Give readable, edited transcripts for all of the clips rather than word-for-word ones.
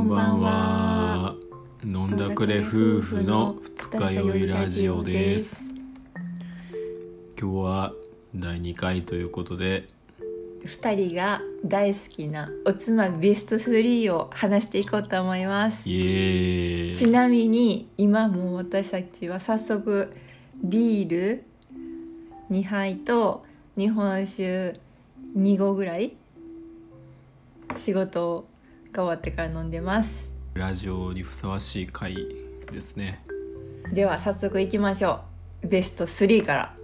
んばんは。飲んだくれ夫婦の二日酔いラジオです。今日は第2回ということで、 2人が大好きなおつまみベスト3を話していこうと思います。 イエーイ。 ちなみに今も私たちは早速ビール2杯と日本酒2合ぐらい仕事が終わってから飲んでます。 ラジオにふさわしい回ですね。 では早速いきましょう。ベスト3から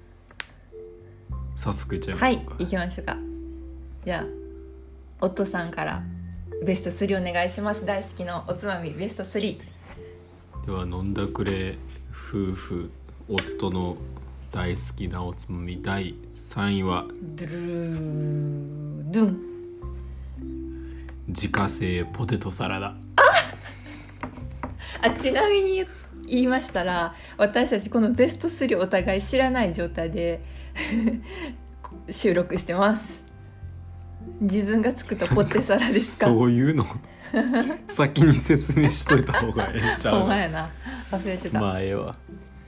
早速いっちゃいましょうか。 はい、いきましょうか。じゃあ夫さんからベスト3お願いします。大好きなおつまみベスト3。 では飲んだくれ夫婦夫の大好きなおつまみ第3位はドゥルードゥン、 自家製ポテトサラダ。 ちなみに言いましたら、私たちこのベスト3お互い知らない状態で収録してます。自分が作ったポテサラですか？ そういうの先に説明しといた方がええんちゃう？ ほんまやな、忘れてた。 まあええわ。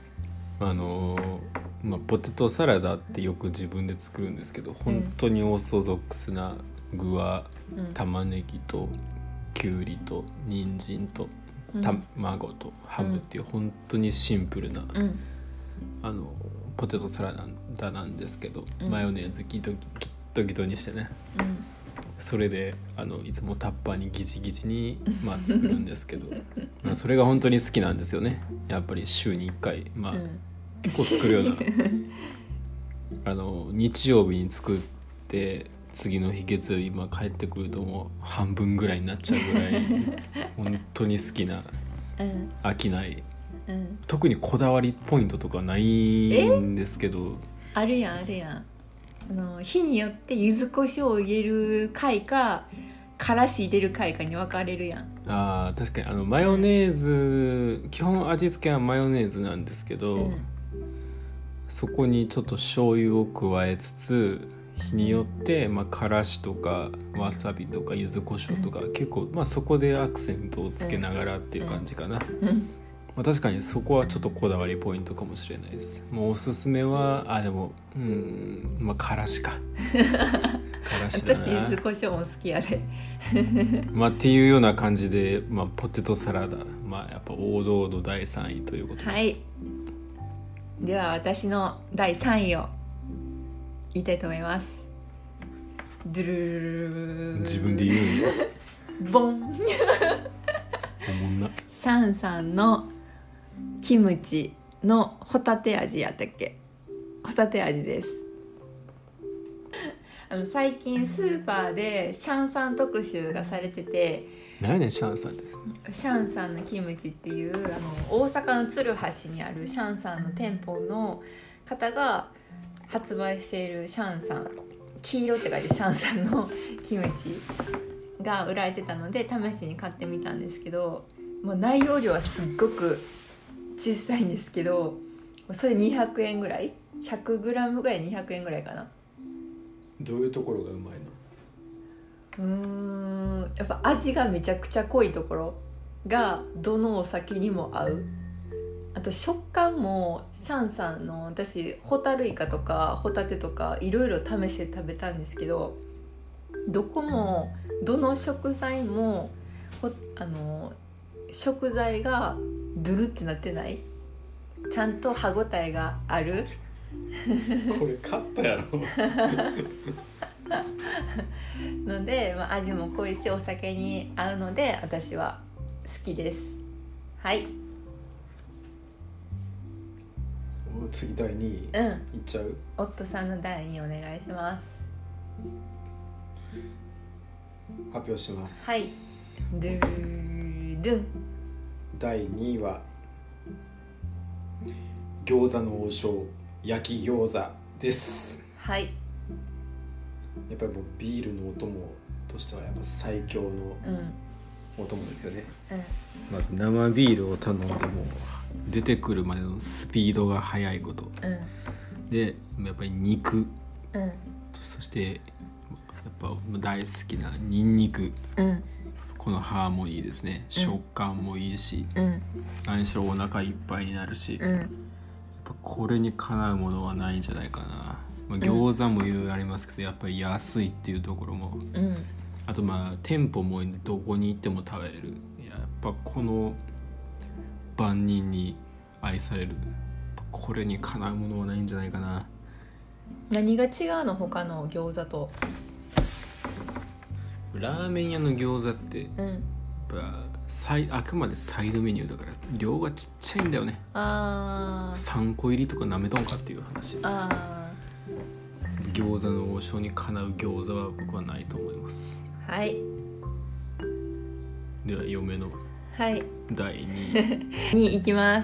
ポテトサラダってよく自分で作るんですけど、本当にオーソドックスな具は玉ねぎときゅうりと人参と卵とハムっていう本当にシンプルな、ポテトサラダなんですけど、マヨネーズギトギトにしてね、それでいつもタッパーにギチギチに、作るんですけどそれが本当に好きなんですよね。やっぱり週に1回、結構作るような日曜日に作って次の日月曜日帰ってくるともう半分ぐらいになっちゃうぐらい本当に好きな、飽きない、特にこだわりポイントとかないんですけど、 あるやん日によって柚子胡椒を入れる回かからし入れる回かに分かれるやん。 確かにマヨネーズ、基本味付けはマヨネーズなんですけど、そこにちょっと醤油を加えつつ日によって、からしとかわさびとか柚子胡椒とか、結構、そこでアクセントをつけながらっていう感じかな。確かにそこはちょっとこだわりポイントかもしれないです。もうおすすめはからしかからしだな。 私柚子胡椒も好きやでっていうような感じで、ポテトサラダ、やっぱ王道の第3位ということで、 はい。では私の第3位を言いたいと思います。ドゥルルルル、 自分で言うんだボンおもんな。 シャンさんのキムチのホタテ味やったっけ？ホタテ味です。最近スーパーでシャンさん特集がされてて、 何やねんシャンさんです。 シャンさんのキムチっていう大阪の鶴橋にあるシャンさんの店舗の方が発売しているシャンさん、黄色って書いてシャンさんのキムチが売られてたので試しに買ってみたんですけど、もう内容量はすっごく小さいんですけど、それ200円ぐらい、 100g ぐらい200円ぐらいかな。 どういうところがうまいの？ やっぱ味がめちゃくちゃ濃いところがどのお酒にも合う。あと食感もシャンさんの、私ホタルイカとかホタテとかいろいろ試して食べたんですけど、どの食材も食材がドゥルってなってない、ちゃんと歯ごたえがあるこれカットやろので、味も濃いしお酒に合うので私は好きです。はい。 次第2位いっちゃう？ 夫さんの第2位お願いします。 発表します。 はい。ドゥルドゥン。 第2位は餃子の王将焼き餃子です。 はい。 やっぱりもうビールのお供としてはやっぱ最強のお供ですよね。まず生ビールを頼んでも出てくるまでのスピードが速いこと、でやっぱり肉、そしてやっぱ大好きなニンニク、ここのハーモニーですね、食感もいいし、何しろお腹いっぱいになるし、やっぱこれにかなうものはないんじゃないかな。まあ、餃子もいろいろありますけど、やっぱり安いっていうところも、あとまあ店舗もどこに行っても食べれる。やっぱこの万人に愛される、これにかなうものはないんじゃないかな。 何が違うの他の餃子と。 ラーメン屋の餃子って、やっぱあくまでサイドメニューだから量がちっちゃいんだよね。3個入りとかなめとんかっていう話です。餃子の王将にかなう餃子は僕はないと思います。 はい。 では嫁の第2位に行きます。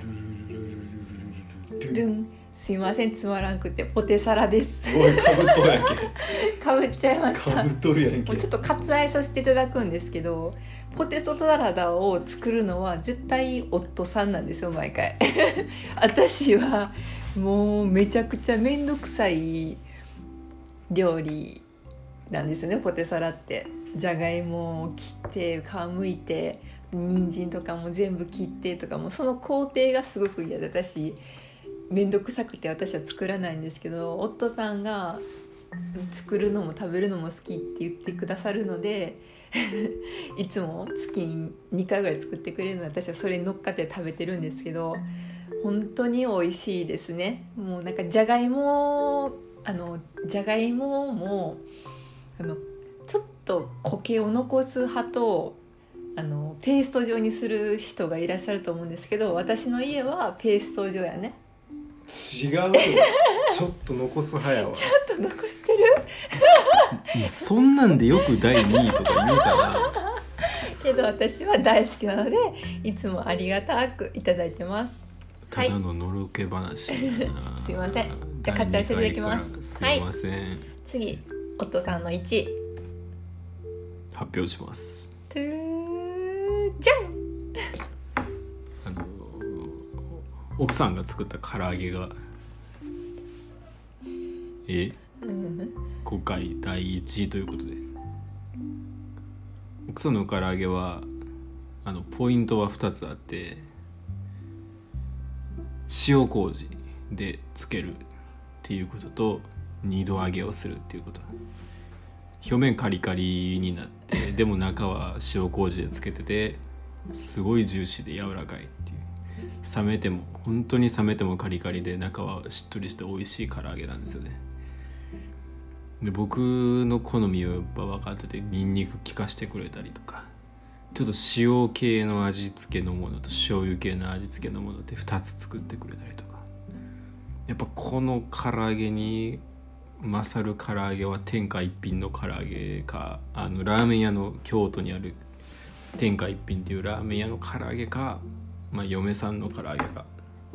すいません、つまらんくてポテサラです。 おい、かぶっとるやんけ。 かぶっちゃいました。 かぶっとるやんけ。 もうちょっと割愛させていただくんですけど、ポテトサラダを作るのは絶対夫さんなんですよ、毎回。私はもうめちゃくちゃめんどくさい料理なんですよね、ポテサラって。じゃがいもを切って皮むいて人参とかも全部切ってとか、もうその工程がすごく嫌で、私めんどくさくて私は作らないんですけど、夫さんが作るのも食べるのも好きって言ってくださるのでいつも月に2回ぐらい作ってくれるので、私はそれに乗っかって食べてるんですけど、本当に美味しいですね。もうなんかじゃがいももちょっと固形を残す派とペースト状にする人がいらっしゃると思うんですけど、私の家はペースト状やね。 違うよ。ちょっと残す派やわ。 ちょっと残してる。 もうそんなんでよく第2位とか言うたら。 けど私は大好きなので、いつもありがたくいただいてます。 ただののろけ話。 すいません。じゃあ割愛していただきます。 すいません。 次、夫さんの1位発表します。 トゥーじゃん。 奥さんが作った唐揚げが今回第1位ということで、奥さんの唐揚げはポイントは2つあって、塩麹でつけるっていうことと2度揚げをするっていうこと。表面カリカリになってでも中は塩麹でつけてて、すごいジューシーで柔らかいっていう、本当に冷めてもカリカリで中はしっとりして美味しい唐揚げなんですよね。で僕の好みは分かってて、ニンニク効かしてくれたりとか、ちょっと塩系の味付けのものと醤油系の味付けのものって2つ作ってくれたりとか、やっぱこの唐揚げに勝る唐揚げは天下一品の唐揚げか、ラーメン屋の京都にある天下一品っていうラーメン屋の唐揚げか、嫁さんの唐揚げか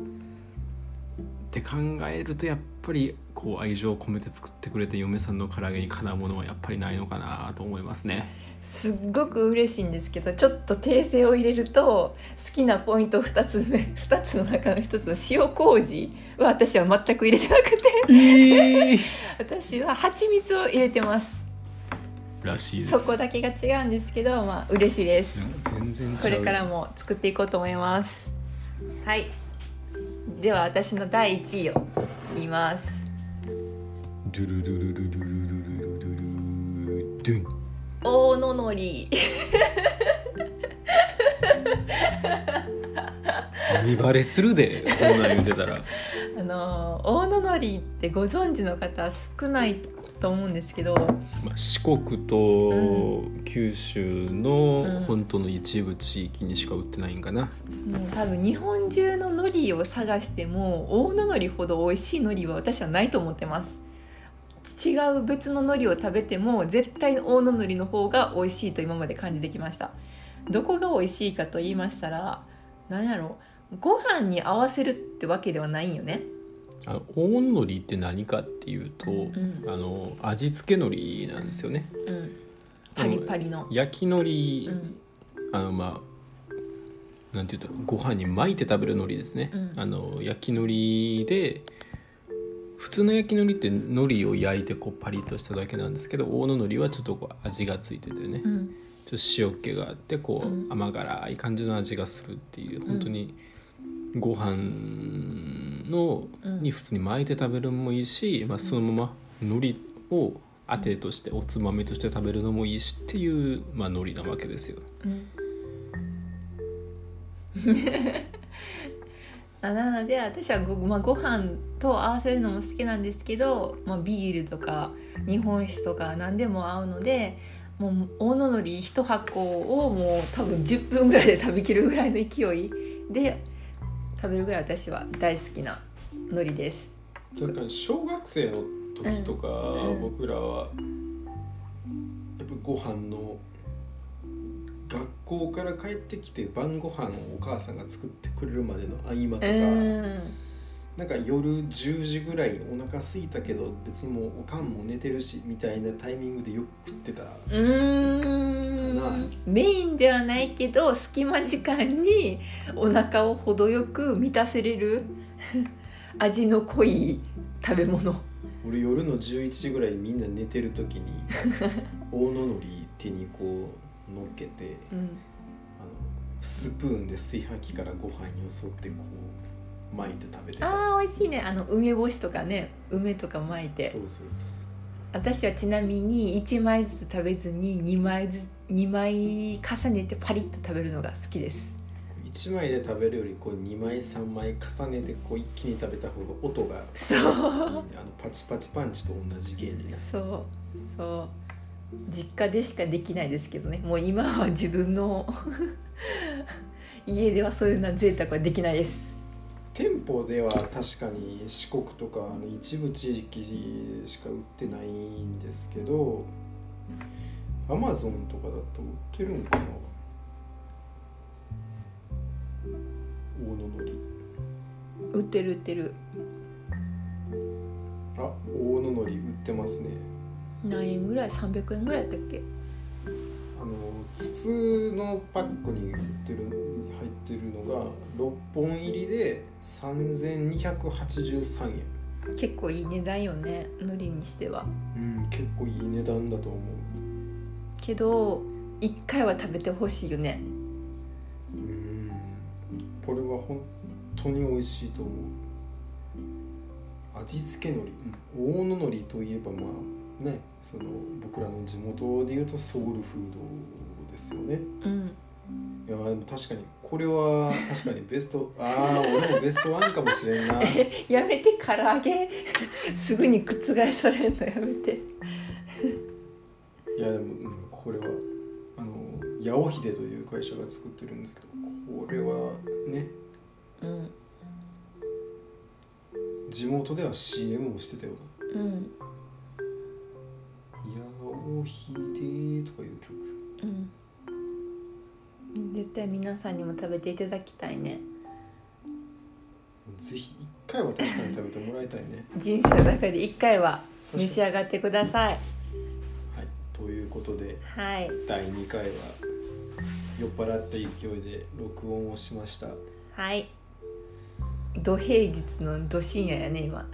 って考えると、やっぱりこう愛情を込めて作ってくれて嫁さんの唐揚げにかなうものはやっぱりないのかなと思いますね。 すっごく嬉しいんですけど、ちょっと訂正を入れると、好きなポイント2つの中の1つの塩麹は私は全く入れてなくて、私は蜂蜜を入れてますらしいです。 そこだけが違うんですけど、嬉しいです。 全然違う。 これからも作っていこうと思います。はい、では私の第1位を言います。 ドゥルルルルルルルルルルドゥン。 大野のり。 見バレするで、こんなん言ってたら。 大野のりってご存知の方少ないと思うんですけど、 四国と九州の本当の一部地域にしか売ってないんかな。 もう多分日本中の海苔を探しても大野のりほど美味しい海苔は私はないと思ってます。違う別の海苔を食べても絶対大野のりの方が美味しいと今まで感じてきました。どこが美味しいかと言いましたら、何やろ、ご飯に合わせるってわけではないんよね。 大野のりって何かっていうと、味付け海苔なんですよね。 パリパリの焼き海苔、なんていうとご飯に巻いて食べる海苔ですね。焼き海苔で、普通の焼き海苔って海苔を焼いてこうパリッとしただけなんですけど、大野海苔はちょっとこう味がついててね、 ちょっと塩気があってこう、甘辛い感じの味がするっていう、本当にご飯に普通に巻いて食べるのもいいし、そのまま海苔をあてとしておつまみとして食べるのもいいしっていう、海苔なわけですよ。 なので私はご飯と合わせるのも好きなんですけど、ビールとか日本酒とか何でも合うので、もう大野海苔1箱をもう多分10分ぐらいで食べきるぐらいの勢いで食べるぐらい私は大好きな海苔です。 だから小学生の時とか、僕らはやっぱご飯の学校から帰ってきて晩ご飯をお母さんが作ってくれるまでの合間とか、なんか夜10時ぐらいお腹空いたけど別にもうおかんも寝てるしみたいなタイミングでよく食ってたかな。 メインではないけど隙間時間にお腹を程よく満たせれる味の濃い食べ物。 俺夜の11時ぐらいみんな寝てる時に大野海苔手にこう乗っけて、スプーンで炊飯器からご飯よそってこう巻いて食べてた。 美味しいね。梅干しとかね、梅とか巻いて。 そう私はちなみに1枚ずつ食べずに2枚重ねてパリッと食べるのが好きです。 1枚で食べるよりこう2枚3枚重ねてこう一気に食べた方が音がパチパチパンチと同じ原理な。 そう実家でしかできないですけどね。もう今は自分の家ではそういうな贅沢はできないです。 店舗では確かに四国とか一部地域しか売ってないんですけど、Amazon とかだと売ってるんかな。大野海苔売ってる。 大野海苔売ってますね。 何円ぐらい？300円ぐらいだったっけ？ 筒のパックに入ってるのが6本入りで3283円。 結構いい値段よね、海苔にしては。 結構いい値段だと思うけど1回は食べてほしいよね。 これは本当に美味しいと思う。味付け海苔、大野海苔といえばその僕らの地元でいうとソウルフードですよね。いやでも確かにこれは確かにベスト俺もベストワンかもしれんな。 やめて、唐揚げすぐに覆されるのやめて。 いやでも、これは八尾秀という会社が作ってるんですけど、これはね、地元では CM もしてたよな。八尾秀とかいう曲。 絶対皆さんにも食べていただきたいね。 ぜひ一回は確かに食べてもらいたいね。 人生の中で一回は召し上がってください。 はい、ということで、 はい、 第2回は酔っ払った勢いで録音をしました。 はい。土平日の土深夜やね今。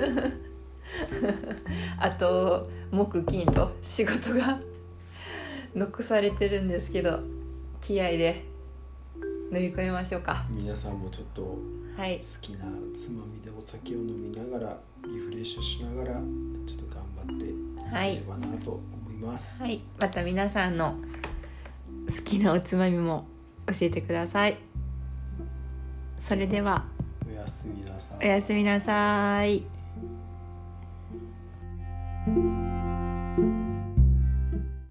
あと木金と仕事が残されてるんですけど、気合で乗り越えましょうか。 皆さんもちょっと好きなつまみでお酒を飲みながらリフレッシュしながらちょっと頑張っていければなと思います。 また皆さんの好きなおつまみも教えてください。それではおやすみなさい。 おやすみなさい。